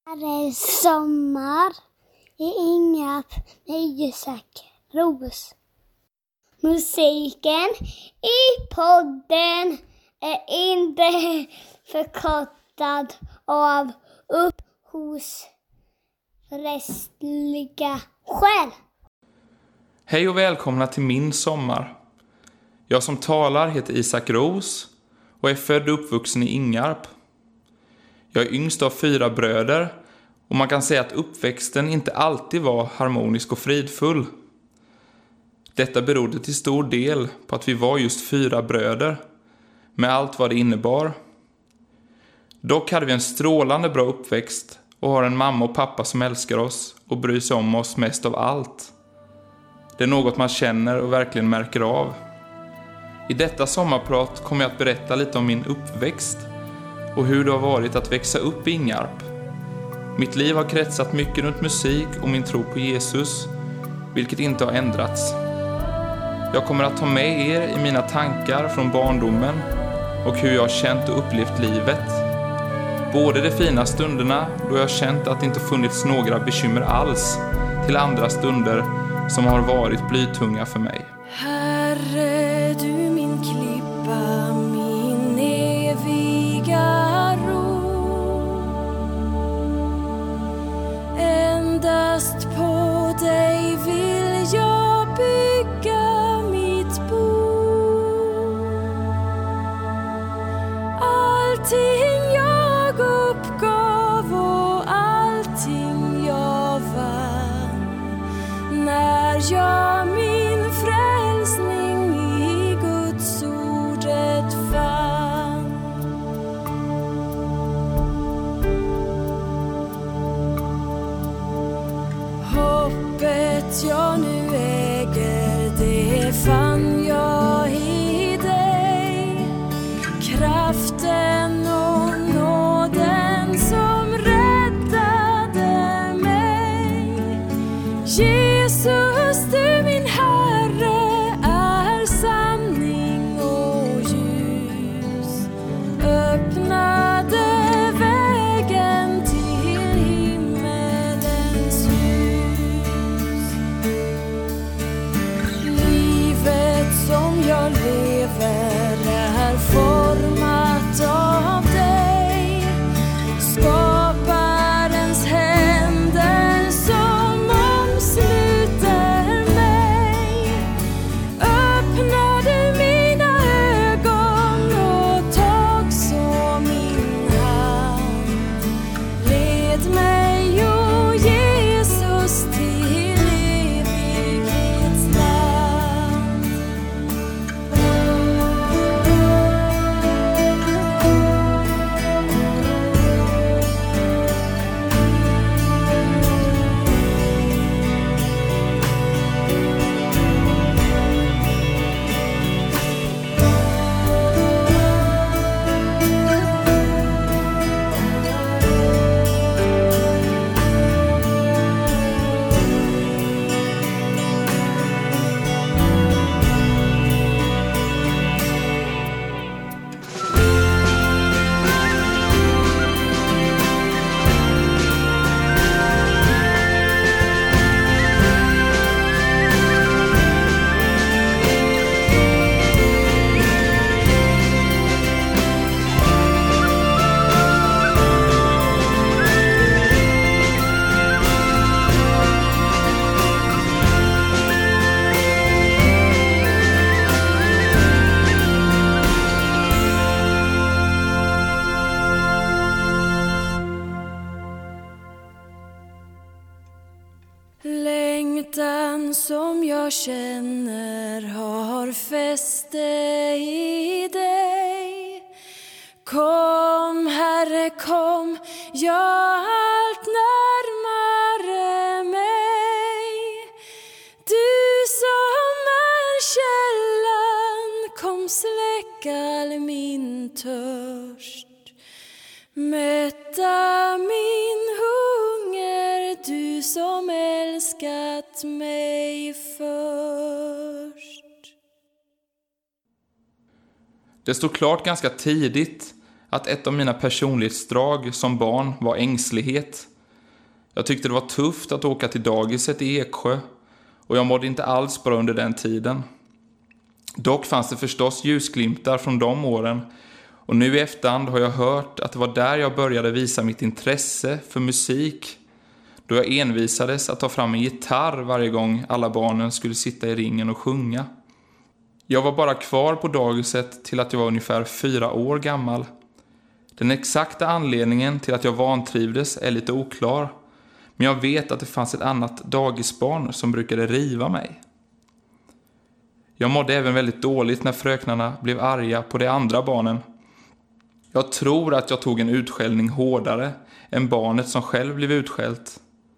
Här är sommar i Ingarp med Isak Ros. Musiken i podden är inte förkortad av upphovsrättsliga skäl. Hej och välkomna till min sommar. Jag som talar heter Isak Ros och är född och uppvuxen i Ingarp. Jag är yngst av 4 bröder och man kan säga att uppväxten inte alltid var harmonisk och fridfull. Detta berodde till stor del på att vi var just 4 bröder, med allt vad det innebar. Dock hade vi en strålande bra uppväxt och har en mamma och pappa som älskar oss och bryr sig om oss mest av allt. Det är något man känner och verkligen märker av. I detta sommarprat kommer jag att berätta lite om min uppväxt och hur det har varit att växa upp i Ingarp. Mitt liv har kretsat mycket runt musik och min tro på Jesus, vilket inte har ändrats. Jag kommer att ta med er i mina tankar från barndomen och hur jag har känt och upplevt livet. Både de fina stunderna då jag har känt att det inte funnits några bekymmer alls, till andra stunder som har varit blytunga för mig. Herre, du min klippa, min eviga ro. Endast på dig vill jag bygga mitt bo. Allting jag uppgav och allting jag vann, när jag min frälsning i Guds ordet fann. Hoppet jag nu äger, det fann jag i dig. Kraften och nåden som räddade mig. Jesus, du min Herre, är sanning och ljus. Öppnade vägen till himmelens hus. Livet som jag lever är format av dig. Skaparens händer som omsluter mig. Öppna du mina ögon och tag så min hand. Led mig, o Jesus, till evighetsland. Längtan som jag känner har fäste i dig. Kom, Herre, kom, ja, allt närmare mig. Du som är källan, kom, släck all min törst. Mätta min hunger, du som älskat mig först. Det stod klart ganska tidigt att ett av mina personlighetsdrag som barn var ängslighet. Jag tyckte det var tufft att åka till dagiset i Eksjö och jag mådde inte alls bra under den tiden. Dock fanns det förstås ljusglimtar från de åren och nu i efterhand har jag hört att det var där jag började visa mitt intresse för musik, då jag envisades att ta fram en gitarr varje gång alla barnen skulle sitta i ringen och sjunga. Jag var bara kvar på dagiset till att jag var ungefär 4 år gammal. Den exakta anledningen till att jag vantrivdes är lite oklar, men jag vet att det fanns ett annat dagisbarn som brukade riva mig. Jag mådde även väldigt dåligt när fröknarna blev arga på de andra barnen. Jag tror att jag tog en utskällning hårdare än barnet som själv blev utskällt.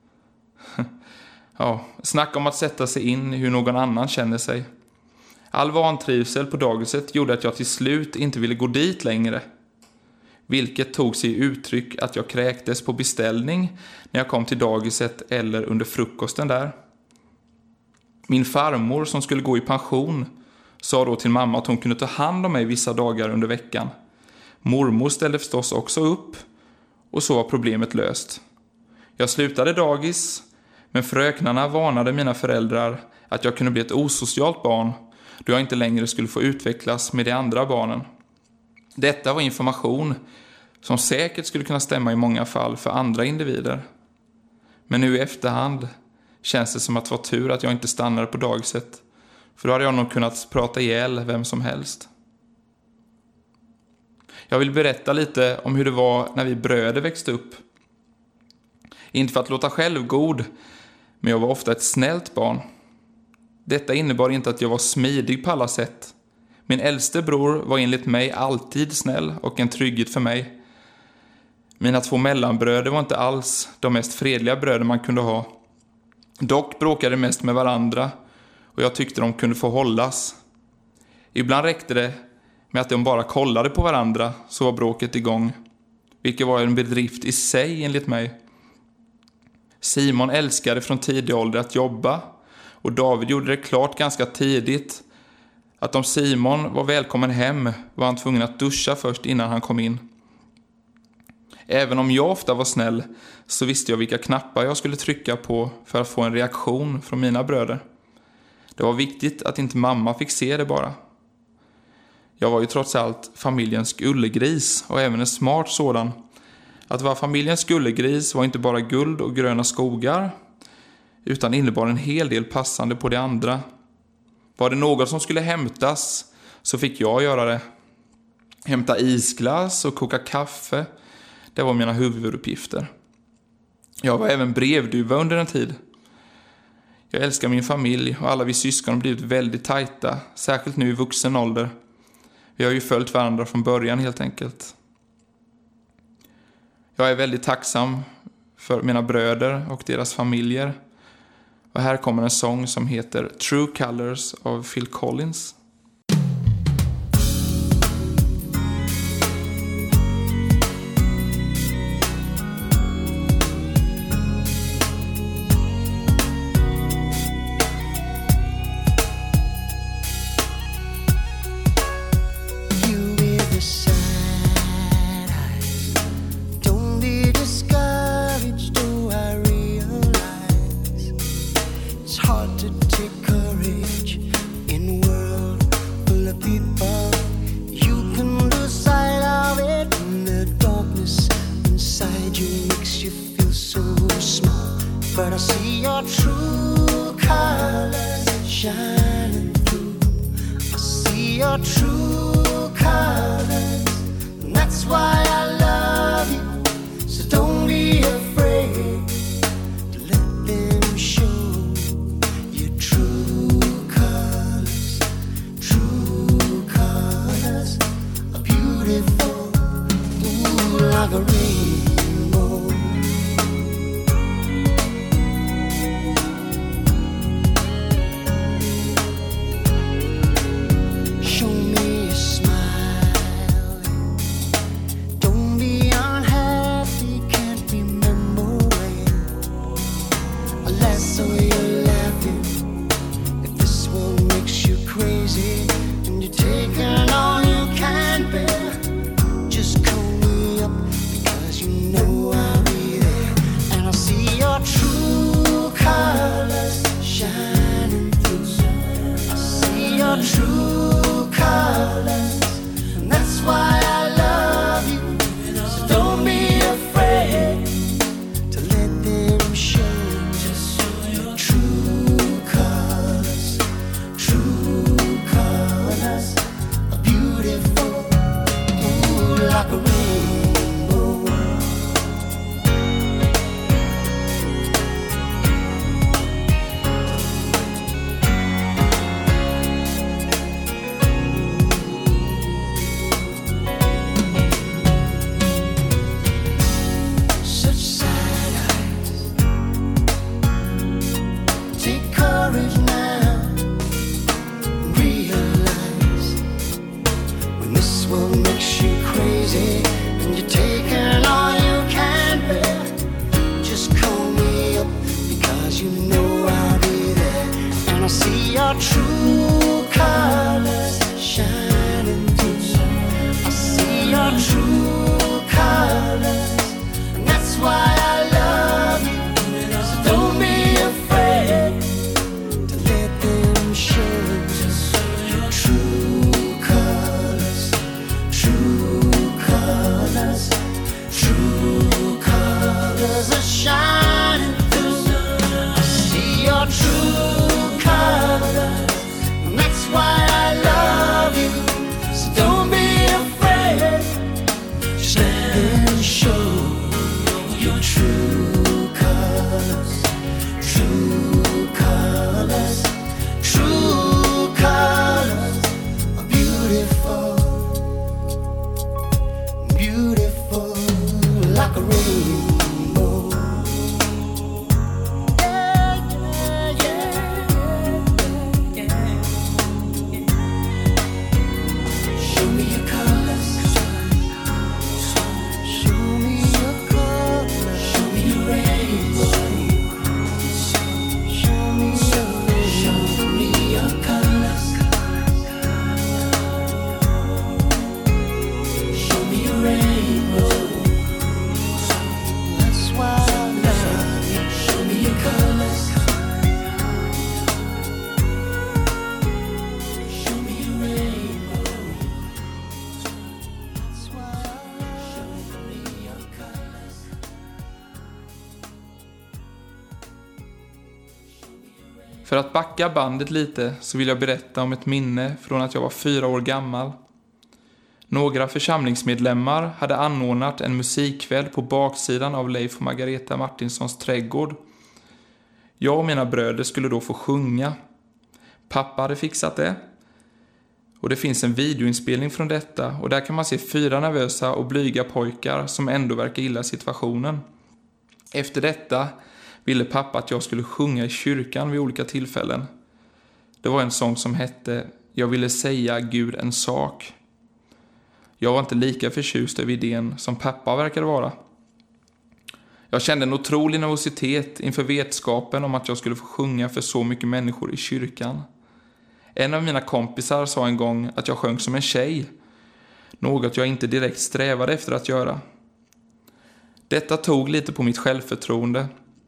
Ja, snacka om att sätta sig in i hur någon annan känner sig. All vantrivsel på dagiset gjorde att jag till slut inte ville gå dit längre. Vilket tog sig uttryck att jag kräktes på beställning när jag kom till dagiset eller under frukosten där. Min farmor som skulle gå i pension sa då till mamma att hon kunde ta hand om mig vissa dagar under veckan. Mormor ställde förstås också upp och så var problemet löst. Jag slutade dagis, men fröknarna varnade mina föräldrar att jag kunde bli ett osocialt barn då jag inte längre skulle få utvecklas med de andra barnen. Detta var information som säkert skulle kunna stämma i många fall för andra individer. Men nu i efterhand känns det som att det var tur att jag inte stannade på dagiset, för då hade jag nog kunnat prata ihjäl vem som helst. Jag vill berätta lite om hur det var när vi bröder växte upp. Inte för att låta självgod, men jag var ofta ett snällt barn. Detta innebar inte att jag var smidig på alla sätt. Min äldste bror var enligt mig alltid snäll och en trygghet för mig. Mina 2 mellanbröder var inte alls de mest fredliga bröder man kunde ha. Dock bråkade de mest med varandra och jag tyckte de kunde få hållas. Ibland räckte det med att de bara kollade på varandra så var bråket igång. Vilket var en bedrift i sig enligt mig. Simon älskade från tidig ålder att jobba och David gjorde det klart ganska tidigt att om Simon var välkommen hem var han tvungen att duscha först innan han kom in. Även om jag ofta var snäll så visste jag vilka knappar jag skulle trycka på för att få en reaktion från mina bröder. Det var viktigt att inte mamma fick se det bara. Jag var ju trots allt familjens gullegris och även en smart sådan. Att vara familjens gullegris var inte bara guld och gröna skogar utan innebar en hel del passande på de andra. Var det något som skulle hämtas så fick jag göra det. Hämta isglass och koka kaffe, det var mina huvuduppgifter. Jag var även brevduva under en tid. Jag älskar min familj och alla vi syskon har blivit väldigt tajta, särskilt nu i vuxen ålder. Vi har ju följt varandra från början helt enkelt. Jag är väldigt tacksam för mina bröder och deras familjer. Och här kommer en sång som heter True Colors av Phil Collins. But I see your true colors shining through. I see your true colors, and that's why I love you. So don't be afraid to let them show your true colors. True colors are beautiful, ooh, like a rainbow. your true colors shining through. I see your true colors, and that's why I love you. So don't be afraid to let them show your true colors, true colors, true colors are shining through. I see your true colors, and that's why I love you. So don't be afraid, just let them show your true colors, true colors, true colors are beautiful, beautiful like a rainbow. Yeah, yeah, yeah, yeah. Show me your colors, show me your colors, show me your rainbow. Show me your colors, show me your rainbow. That's why I love you. Show me your colors, show me your rainbow. That's why I love you. Show me your colors. För att backa bandet lite så vill jag berätta om ett minne från att jag var 4 år gammal. Några församlingsmedlemmar hade anordnat en musikkväll på baksidan av Leif och Margareta Martinssons trädgård. Jag och mina bröder skulle då få sjunga. Pappa hade fixat det. Och det finns en videoinspelning från detta, och där kan man se 4 nervösa och blyga pojkar som ändå verkar gilla situationen. Efter detta ville pappa att jag skulle sjunga i kyrkan vid olika tillfällen. Det var en sång som hette Jag ville säga Gud en sak. Jag var inte lika förtjust över idén som pappa verkade vara. Jag kände en otrolig nervositet inför vetskapen om att jag skulle få sjunga för så mycket människor i kyrkan. En av mina kompisar sa en gång att jag sjöng som en tjej, något jag inte direkt strävade efter att göra. Detta tog lite på mitt självförtroende.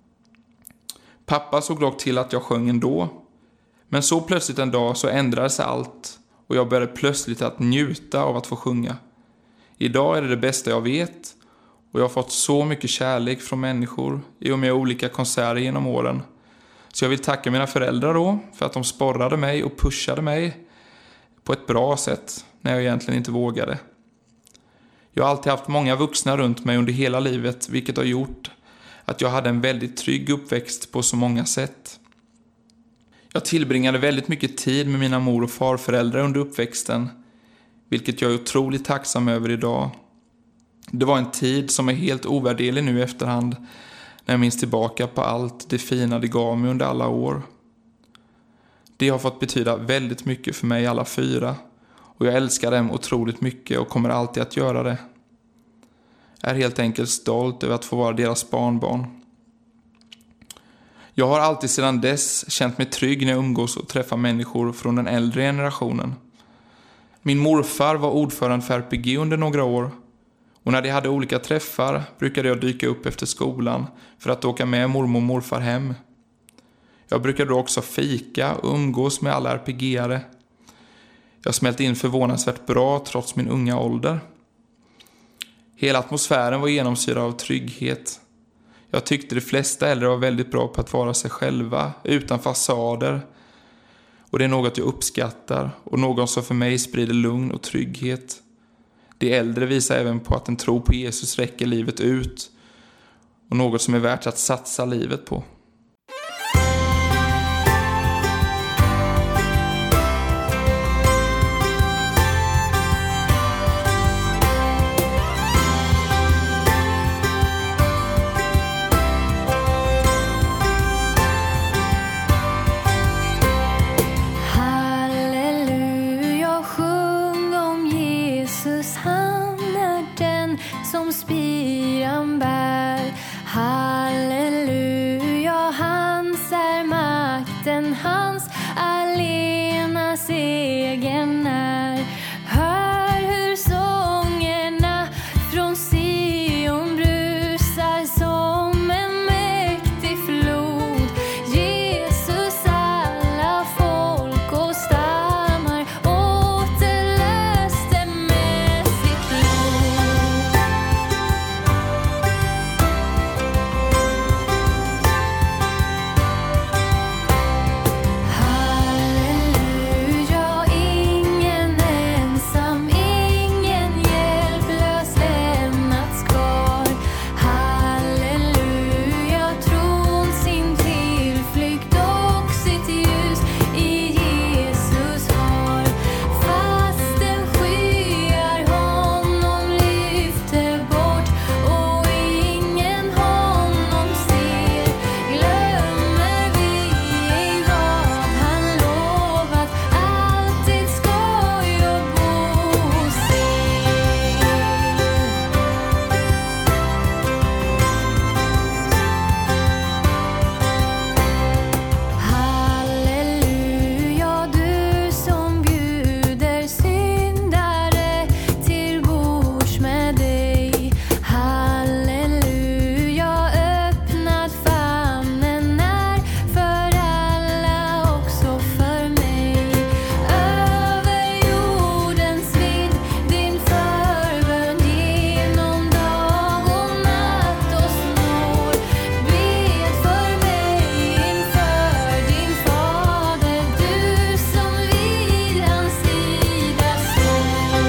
Pappa såg dock till att jag sjöng ändå, men så plötsligt en dag så ändrade sig allt och jag började plötsligt att njuta av att få sjunga. Idag är det bästa jag vet, och jag har fått så mycket kärlek från människor i och med olika konserter genom åren. Så jag vill tacka mina föräldrar då för att de sporrade mig och pushade mig på ett bra sätt när jag egentligen inte vågade. Jag har alltid haft många vuxna runt mig under hela livet, vilket har gjort att jag hade en väldigt trygg uppväxt på så många sätt. Jag tillbringade väldigt mycket tid med mina mor- och farföräldrar under uppväxten, vilket jag är otroligt tacksam över idag. Det var en tid som är helt ovärderlig nu i efterhand, när jag minns tillbaka på allt det fina det gav mig under alla år. Det har fått betyda väldigt mycket för mig alla 4, och jag älskar dem otroligt mycket och kommer alltid att göra det. Jag är helt enkelt stolt över att få vara deras barnbarn. Jag har alltid sedan dess känt mig trygg när jag umgås och träffar människor från den äldre generationen. Min morfar var ordförande för RPG under några år, och när de hade olika träffar brukade jag dyka upp efter skolan för att åka med mormor och morfar hem. Jag brukade då också fika och umgås med alla RPG-are. Jag smälte in förvånansvärt bra trots min unga ålder. Hela atmosfären var genomsyrad av trygghet. Jag tyckte de flesta äldre var väldigt bra på att vara sig själva, utan fasader. Och det är något jag uppskattar, och något som för mig sprider lugn och trygghet. De äldre visar även på att en tro på Jesus räcker livet ut, och något som är värt att satsa livet på. Halleluja, sjung om Jesus, han är den som spiran bär. Halleluja, segern är. Hör hur sångerna från Sion brusar som en mäktig flod. Jesus alla folk och stammar återlöste med sitt blod. Halleluja, ingen ensam, ingen hjälplös lämnats kvar. Halleluja, tron sin tillflykt och sitt ljus i Jesus har. Fastän skyar honom lyfter bort och ingen honom ser, glömmer vi ej vad han lovat, alltid ska jag bo hos er. Halleluja, du som bjuder syndare till bords med dig. Halleluja, öppnad famnen är för alla, också för mig. Över jordens vidd din förbön genom dag och natt oss når. Bed för mig inför din fader, du som vid hans sida står.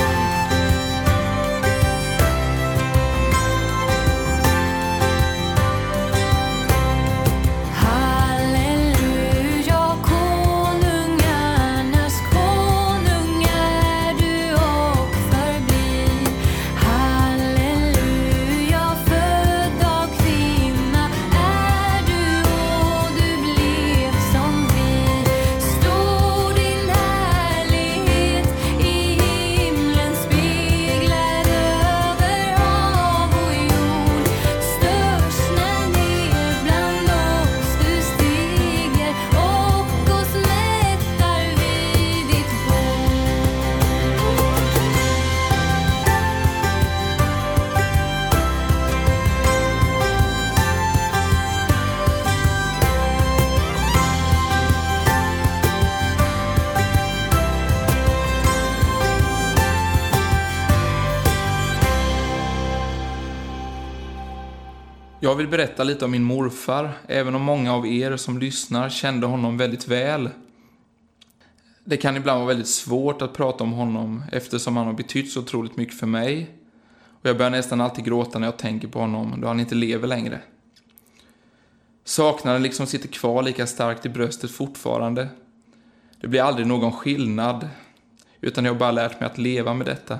Halleluja, konungarnas konung är du och förblir. Halleluja, född av kvinna är du och du blev som vi. Stor din härlighet i himlen speglar över hav och jord. Störst när ner bland oss du stiger och oss mättar vid ditt bord. Jag vill berätta lite om min morfar, även om många av er som lyssnar kände honom väldigt väl. Det kan ibland vara väldigt svårt att prata om honom eftersom han har betytt så otroligt mycket för mig. Och jag börjar nästan alltid gråta när jag tänker på honom då han inte lever längre. Saknaden liksom sitter kvar lika starkt i bröstet fortfarande. Det blir aldrig någon skillnad, utan jag har bara lärt mig att leva med detta.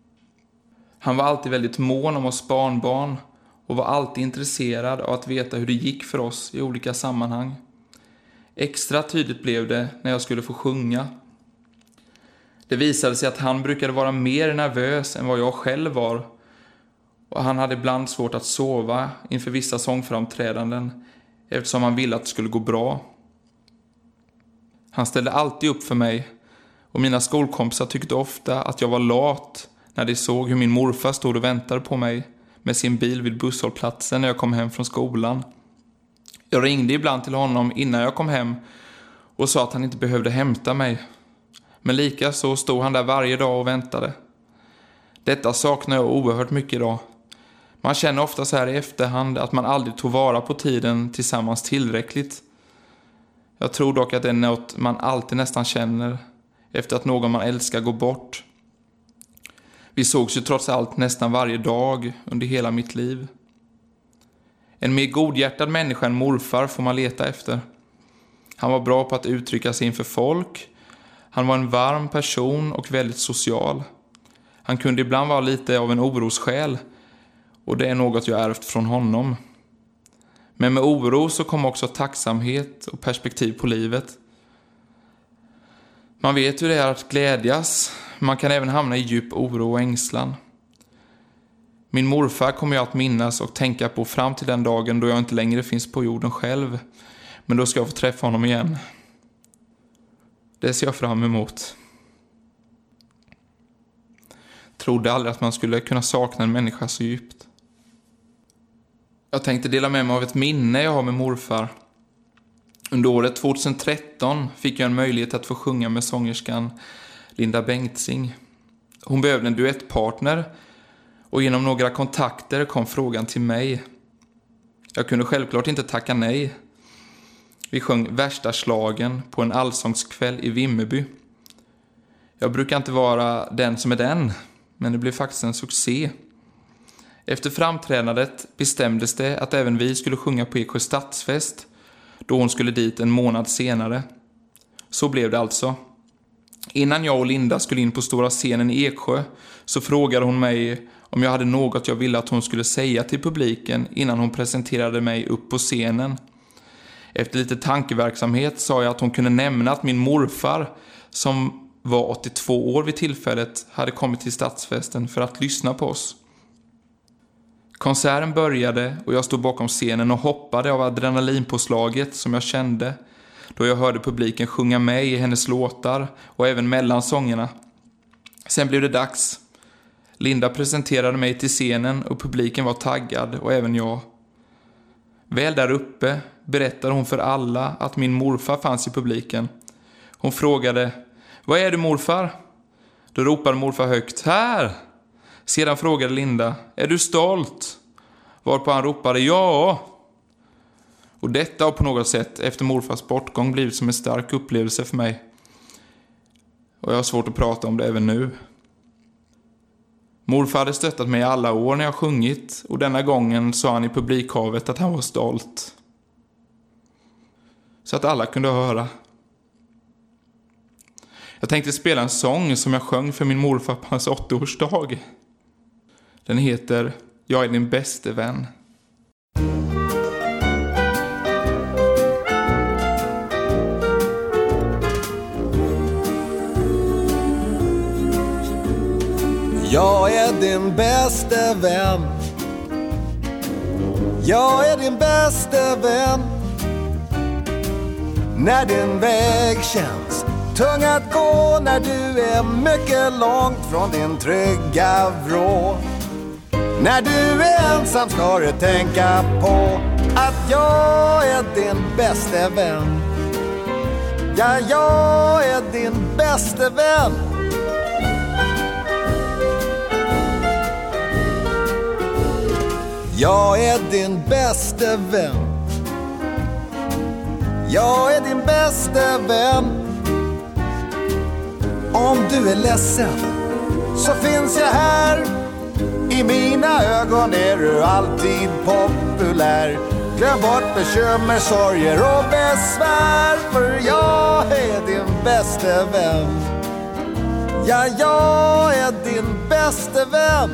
Han var alltid väldigt mån om oss barnbarn och var alltid intresserad av att veta hur det gick för oss i olika sammanhang. Extra tydligt blev det när jag skulle få sjunga. Det visade sig att han brukade vara mer nervös än vad jag själv var, och han hade ibland svårt att sova inför vissa sångframträdanden eftersom han ville att det skulle gå bra. Han ställde alltid upp för mig, och mina skolkompisar tyckte ofta att jag var lat när de såg hur min morfar stod och väntade på mig med sin bil vid busshållplatsen när jag kom hem från skolan. Jag ringde ibland till honom innan jag kom hem och sa att han inte behövde hämta mig. Men lika så stod han där varje dag och väntade. Detta saknar jag oerhört mycket idag. Man känner ofta så här i efterhand att man aldrig tog vara på tiden tillsammans tillräckligt. Jag tror dock att det är något man alltid nästan känner efter att någon man älskar går bort. Vi sågs ju trots allt nästan varje dag under hela mitt liv. En mer godhjärtad människa än morfar får man leta efter. Han var bra på att uttrycka sig inför folk. Han var en varm person och väldigt social. Han kunde ibland vara lite av en orossjäl, och det är något jag ärvt från honom. Men med oro så kom också tacksamhet och perspektiv på livet. Man vet hur det är att glädjas. Man kan även hamna i djup oro och ängslan. Min morfar kommer jag att minnas och tänka på fram till den dagen då jag inte längre finns på jorden själv. Men då ska jag få träffa honom igen. Det ser jag fram emot. Trodde aldrig att man skulle kunna sakna en människa så djupt. Jag tänkte dela med mig av ett minne jag har med morfar. Under året 2013 fick jag en möjlighet att få sjunga med sångerskan Linda Bengtzing. Hon behövde en duettpartner och genom några kontakter kom frågan till mig. Jag kunde självklart inte tacka nej. Vi sjöng värsta slagen på en allsångskväll i Vimmerby. Jag brukar inte vara den som är den, men det blev faktiskt en succé. Efter framträdandet bestämdes det att även vi skulle sjunga på Eksjö stadsfest, då hon skulle dit en månad senare. Så blev det alltså. Innan jag och Linda skulle in på stora scenen i Eksjö så frågade hon mig om jag hade något jag ville att hon skulle säga till publiken innan hon presenterade mig upp på scenen. Efter lite tankeverksamhet sa jag att hon kunde nämna att min morfar, som var 82 år vid tillfället, hade kommit till stadsfesten för att lyssna på oss. Konserten började och jag stod bakom scenen och hoppade av adrenalinpåslaget som jag kände då jag hörde publiken sjunga med i hennes låtar och även mellan sångerna. Sen blev det dags. Linda presenterade mig till scenen och publiken var taggad och även jag. Väl där uppe berättade hon för alla att min morfar fanns i publiken. Hon frågade: "Vad är du, morfar?" Då ropade morfar högt: "Här!" Sedan frågade Linda: "Är du stolt?" Varpå han ropade: "Ja!" Och detta har på något sätt efter morfars bortgång blivit som en stark upplevelse för mig. Och jag har svårt att prata om det även nu. Morfar hade stöttat mig i alla år när jag sjungit, och denna gången sa han i publikhavet att han var stolt. Så att alla kunde höra. Jag tänkte spela en sång som jag sjöng för min morfar på hans 80-årsdag. Den heter "Jag är din bäste vän". Jag är din bäste vän. Jag är din bäste vän. När din väg känns tung att gå, när du är mycket långt från din trygga vrå. När du är ensam ska du tänka på att jag är din bäste vän. Ja, jag är din bäste vän. Jag är din bäste vän. Jag är din bäste vän. Om du är ledsen så finns jag här. I mina ögon är du alltid populär. Glöm bort bekymmer, sorger och besvär, för jag är din bäste vän. Ja, jag är din bäste vän.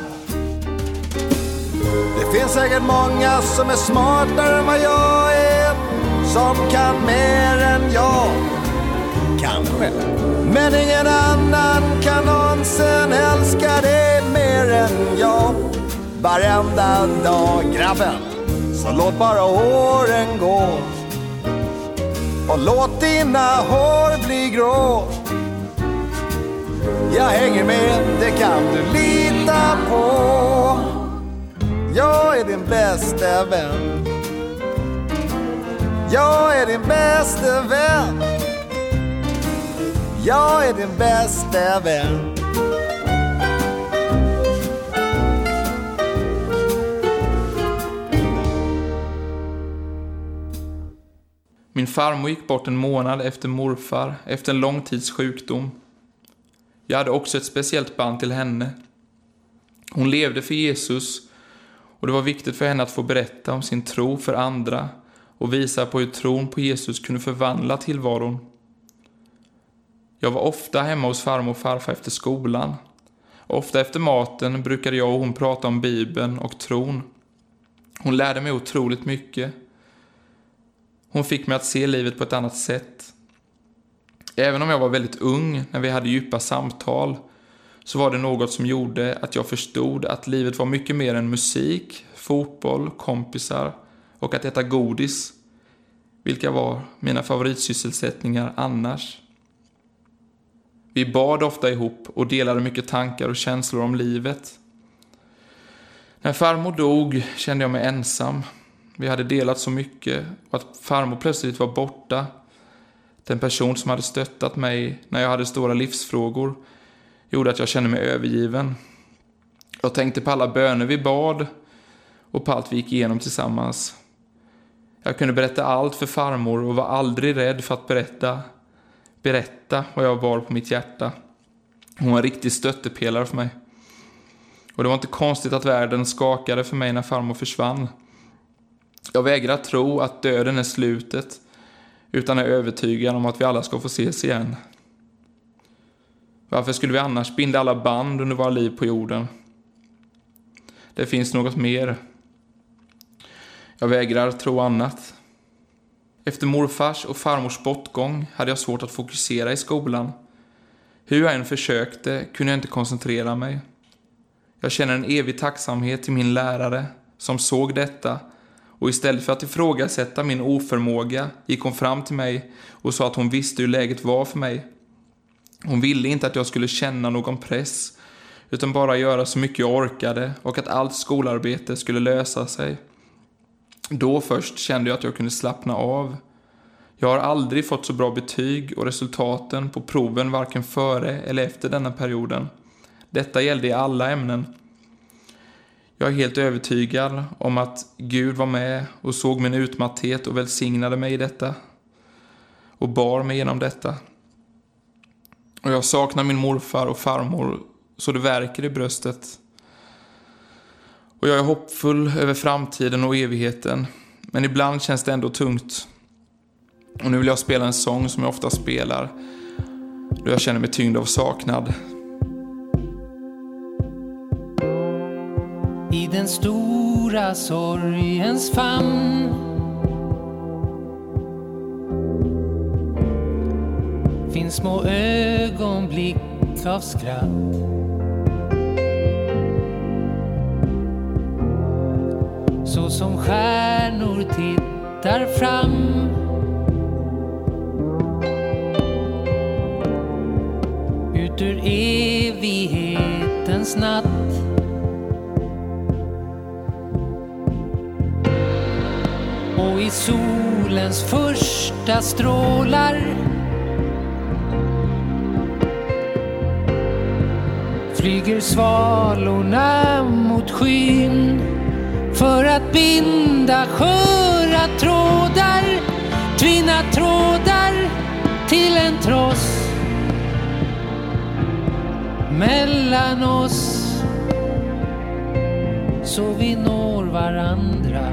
Det finns säkert många som är smartare än vad jag är, som kan mer än jag, kanske. Men ingen annan kan någonsin älska dig mer än jag. Varenda dag, grabben, så låt bara åren gå. Och låt dina hår bli grå. Jag hänger med, det kan du lita på. Jag är din bästa vän. Jag är din bästa vän. Jag är din bästa vän. Min farmor gick bort en månad efter morfar, efter en lång tids sjukdom. Jag hade också ett speciellt band till henne. Hon levde för Jesus, och det var viktigt för henne att få berätta om sin tro för andra och visa på hur tron på Jesus kunde förvandla tillvaron. Jag var ofta hemma hos farmor och farfar efter skolan. Ofta efter maten brukade jag och hon prata om Bibeln och tron. Hon lärde mig otroligt mycket. Hon fick mig att se livet på ett annat sätt. Även om jag var väldigt ung när vi hade djupa samtal, så var det något som gjorde att jag förstod att livet var mycket mer än musik, fotboll, kompisar och att äta godis, vilka var mina favoritsysselsättningar annars. Vi bad ofta ihop och delade mycket tankar och känslor om livet. När farmor dog kände jag mig ensam. Vi hade delat så mycket och att farmor plötsligt var borta, den person som hade stöttat mig när jag hade stora livsfrågor, gjorde att jag kände mig övergiven. Jag tänkte på alla böner vi bad och på allt vi gick igenom tillsammans. Jag kunde berätta allt för farmor och var aldrig rädd för att berätta vad jag var på mitt hjärta. Hon var en riktig stöttepelare för mig. Och det var inte konstigt att världen skakade för mig när farmor försvann. Jag vägrar tro att döden är slutet, utan är övertygad om att vi alla ska få ses igen. Varför skulle vi annars binda alla band under våra liv på jorden? Det finns något mer. Jag vägrar tro annat. Efter morfars och farmors bortgång hade jag svårt att fokusera i skolan. Hur jag än försökte kunde jag inte koncentrera mig. Jag känner en evig tacksamhet till min lärare som såg detta, och istället för att ifrågasätta min oförmåga gick hon fram till mig och sa att hon visste hur läget var för mig. Hon ville inte att jag skulle känna någon press, utan bara göra så mycket jag orkade och att allt skolarbete skulle lösa sig. Då först kände jag att jag kunde slappna av. Jag har aldrig fått så bra betyg och resultaten på proven varken före eller efter denna perioden. Detta gällde i alla ämnen. Jag är helt övertygad om att Gud var med och såg min utmatthet och välsignade mig i detta. Och bar mig genom detta. Och jag saknar min morfar och farmor så det värker i bröstet. Och jag är hoppfull över framtiden och evigheten. Men ibland känns det ändå tungt. Och nu vill jag spela en sång som jag ofta spelar, då jag känner mig tyngd av saknad. I den stora sorgens famn finns små ögonblick av skratt. Så som stjärnor tittar fram ut ur evighetens natt. Och i solens första strålar flyger svalorna mot skyn för att binda sköra trådar, tvinna trådar till en tross mellan oss, så vi når varandra.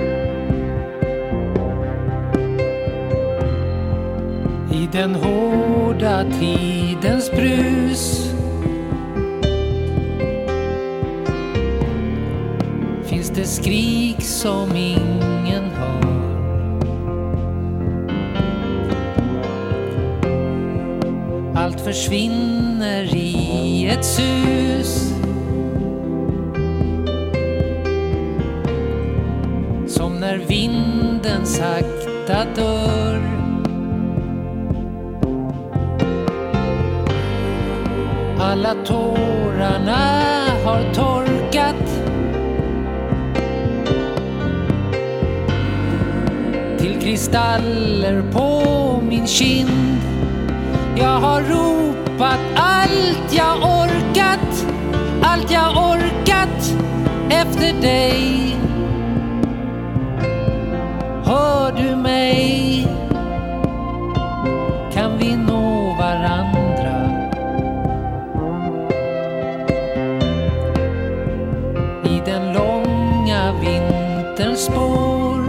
I den hårda tidens brus finns det skrik som ingen hör. Allt försvinner i ett sus, som när vinden sakta dör. Alla tårarna har torkat till kristaller på min kind. Jag har ropat allt jag orkat efter dig. Hör du mig? Kan vi nå varandra? I den långa vinterns spår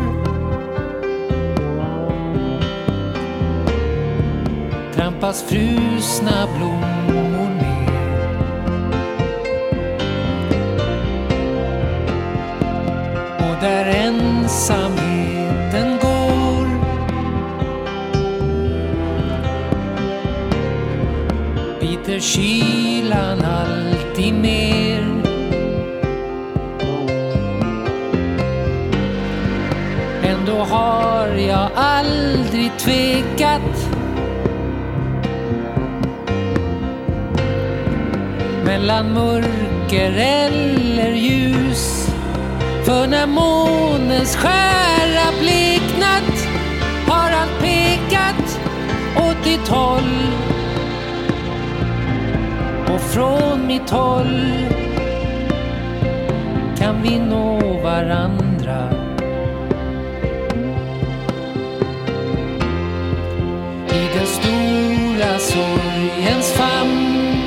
trampas frusna blommor ner. Och där ensamheten går biter kylan alltid mer. Ändå har jag aldrig tvekat mellan mörker eller ljus. För när månens skära bleknat har allt pekat åt ditt håll. Och från mitt håll kan vi nå varandra. I den stora sorgens famn.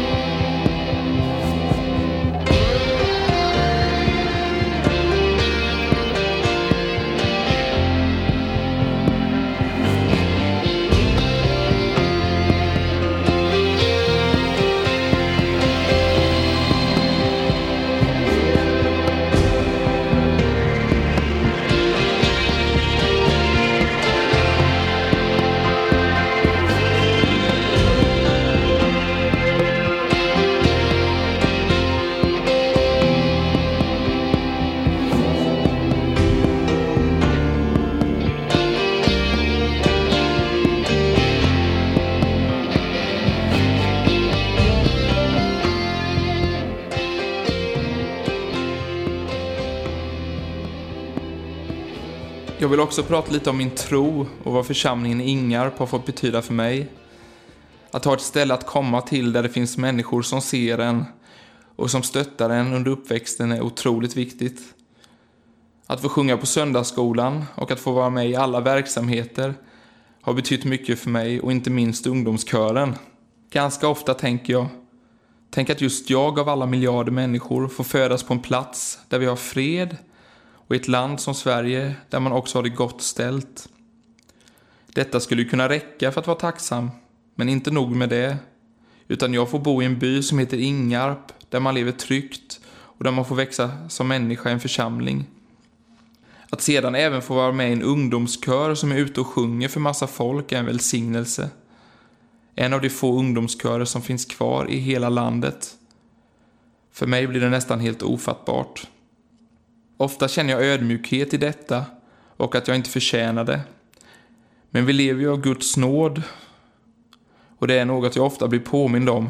Jag vill också prata lite om min tro och vad församlingen i Ingarp har fått betyda för mig. Att ha ett ställe att komma till där det finns människor som ser en och som stöttar en under uppväxten är otroligt viktigt. Att få sjunga på söndagsskolan och att få vara med i alla verksamheter har betytt mycket för mig och inte minst ungdomskören. Ganska ofta tänker jag, tänk att just jag av alla miljarder människor får födas på en plats där vi har fred och i ett land som Sverige där man också har det gott ställt. Detta skulle ju kunna räcka för att vara tacksam, men inte nog med det. Utan jag får bo i en by som heter Ingarp, där man lever tryggt och där man får växa som människa i en församling. Att sedan även få vara med i en ungdomskör som är ute och sjunger för massa folk är en välsignelse. En av de få ungdomskörer som finns kvar i hela landet. För mig blir det nästan helt ofattbart. Ofta känner jag ödmjukhet i detta och att jag inte förtjänar det. Men vi lever ju av Guds nåd och det är något jag ofta blir påmind om.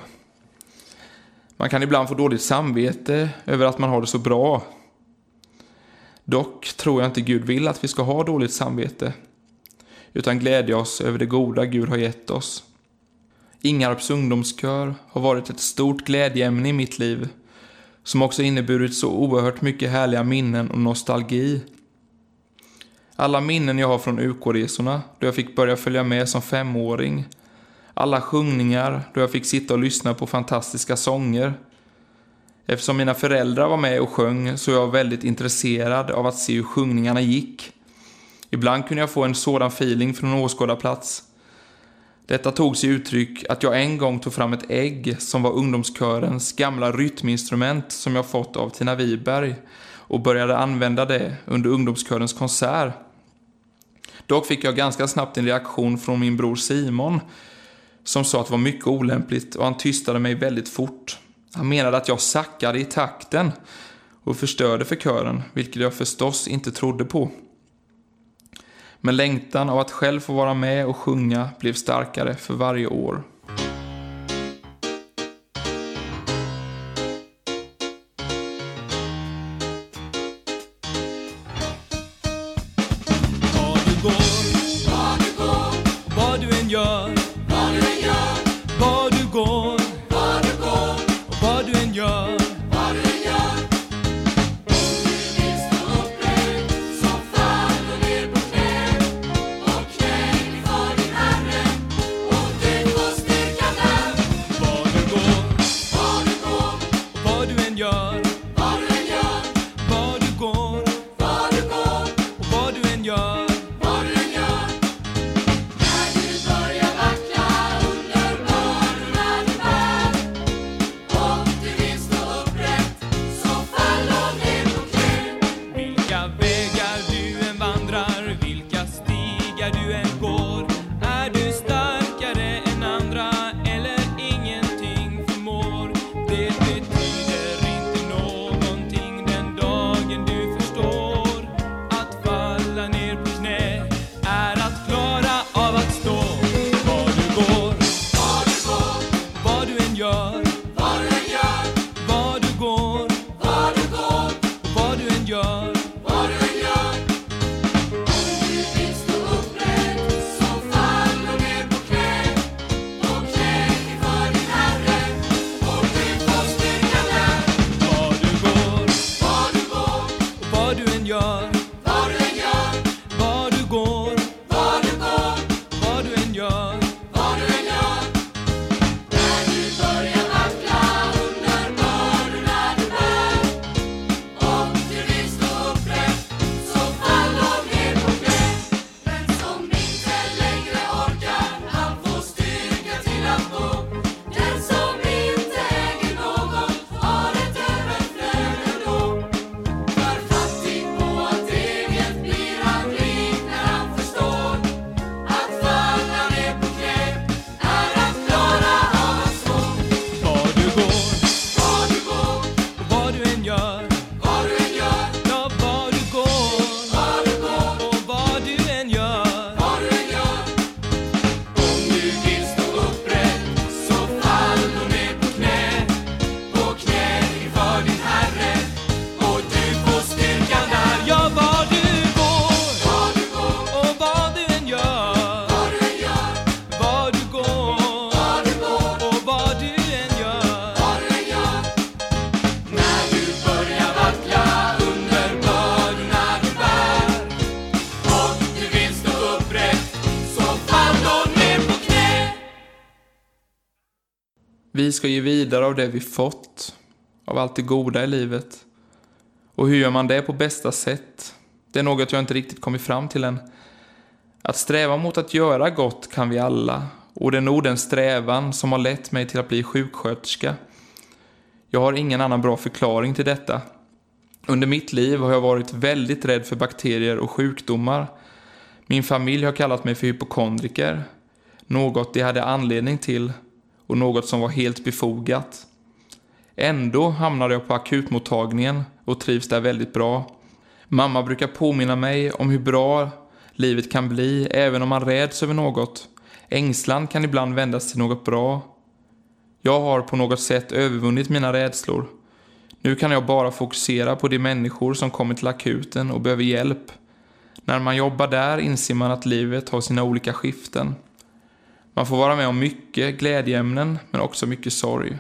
Man kan ibland få dåligt samvete över att man har det så bra. Dock tror jag inte Gud vill att vi ska ha dåligt samvete, utan glädja oss över det goda Gud har gett oss. Ingarps ungdomskör har varit ett stort glädjeämne i mitt liv, som också inneburit så oerhört mycket härliga minnen och nostalgi. Alla minnen jag har från UK-resorna, då jag fick börja följa med som 5-åring. Alla sjungningar, då jag fick sitta och lyssna på fantastiska sånger. Eftersom mina föräldrar var med och sjöng så är jag väldigt intresserad av att se hur sjungningarna gick. Ibland kunde jag få en sådan feeling från en åskådarplats. Detta tog sig uttryck att jag en gång tog fram ett ägg som var ungdomskörens gamla rytminstrument som jag fått av Tina Wiberg och började använda det under ungdomskörens konsert. Dock fick jag ganska snabbt en reaktion från min bror Simon som sa att det var mycket olämpligt och han tystade mig väldigt fort. Han menade att jag sackade i takten och förstörde för kören, vilket jag förstås inte trodde på. Men längtan av att själv få vara med och sjunga blev starkare för varje år. Vad du än gör, vad du går, och vad du än gör. Och knä inför din Herre, och det måste Vi ska ge vidare av det vi fått, av allt det goda i livet. Och hur gör man det på bästa sätt? Det är något jag inte riktigt kommit fram till än. Att sträva mot att göra gott kan vi alla. Och det är nog den strävan som har lett mig till att bli sjuksköterska. Jag har ingen annan bra förklaring till detta. Under mitt liv har jag varit väldigt rädd för bakterier och sjukdomar. Min familj har kallat mig för hypokondriker. Något de hade anledning till och något som var helt befogat. Ändå hamnade jag på akutmottagningen och trivs där väldigt bra. Mamma brukar påminna mig om hur bra livet kan bli även om man räds över något. Ängslan kan ibland vändas till något bra. Jag har på något sätt övervunnit mina rädslor. Nu kan jag bara fokusera på de människor som kommer till akuten och behöver hjälp. När man jobbar där inser man att livet har sina olika skiften. Man får vara med om mycket glädjeämnen men också mycket sorg.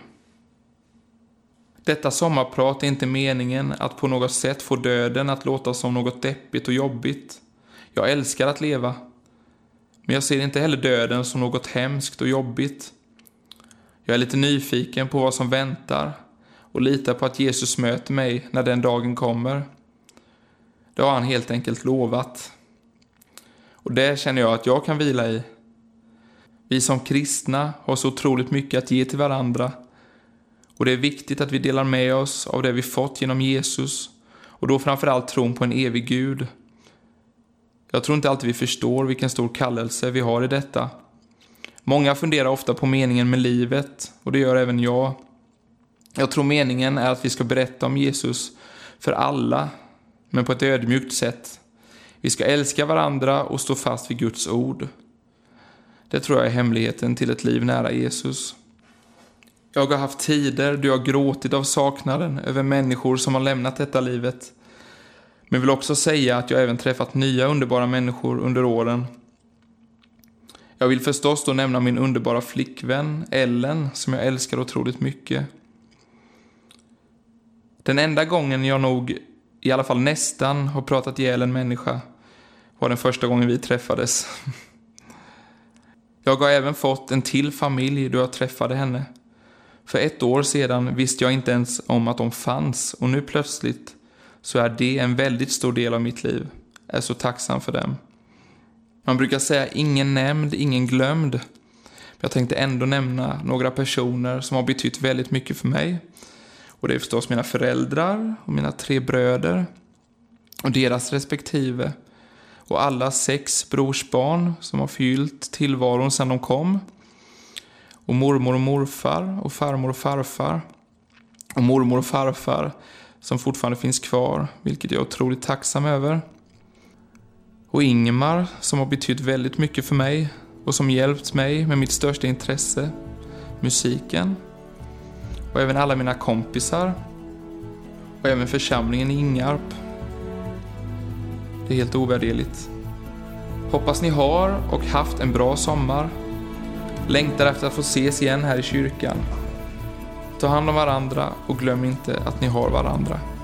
Detta sommarprat är inte meningen att på något sätt få döden att låta som något deppigt och jobbigt. Jag älskar att leva. Men jag ser inte heller döden som något hemskt och jobbigt. Jag är lite nyfiken på vad som väntar och litar på att Jesus möter mig när den dagen kommer. Det har han helt enkelt lovat. Och det känner jag att jag kan vila i. Vi som kristna har så otroligt mycket att ge till varandra. Och det är viktigt att vi delar med oss av det vi fått genom Jesus. Och då framförallt tron på en evig Gud. Jag tror inte alltid vi förstår vilken stor kallelse vi har i detta. Många funderar ofta på meningen med livet. Och det gör även jag. Jag tror meningen är att vi ska berätta om Jesus för alla. Men på ett ödmjukt sätt. Vi ska älska varandra och stå fast vid Guds ord. Det tror jag är hemligheten till ett liv nära Jesus. Jag har haft tider då jag gråtit av saknaden över människor som har lämnat detta livet. Men vill också säga att jag även träffat nya underbara människor under åren. Jag vill förstås då nämna min underbara flickvän Ellen som jag älskar otroligt mycket. Den enda gången jag nog i alla fall nästan har pratat ihjäl en människa var den första gången vi träffades. Jag har även fått en till familj då jag träffade henne. För 1 år sedan visste jag inte ens om att de fanns och nu plötsligt så är det en väldigt stor del av mitt liv. Jag är så tacksam för dem. Man brukar säga ingen nämnd, ingen glömd. Jag tänkte ändå nämna några personer som har betytt väldigt mycket för mig. Och det är förstås mina föräldrar och mina 3 bröder och deras respektive. Och alla 6 brorsbarn som har fyllt tillvaron sedan de kom. Och mormor och morfar och farmor och farfar. Och mormor och farfar som fortfarande finns kvar, vilket jag är otroligt tacksam över. Och Ingemar som har betytt väldigt mycket för mig och som hjälpt mig med mitt största intresse, musiken. Och även alla mina kompisar och även församlingen i Ingarp. Det är helt ovärderligt. Hoppas ni har och haft en bra sommar. Längtar efter att få ses igen här i kyrkan. Ta hand om varandra och glöm inte att ni har varandra.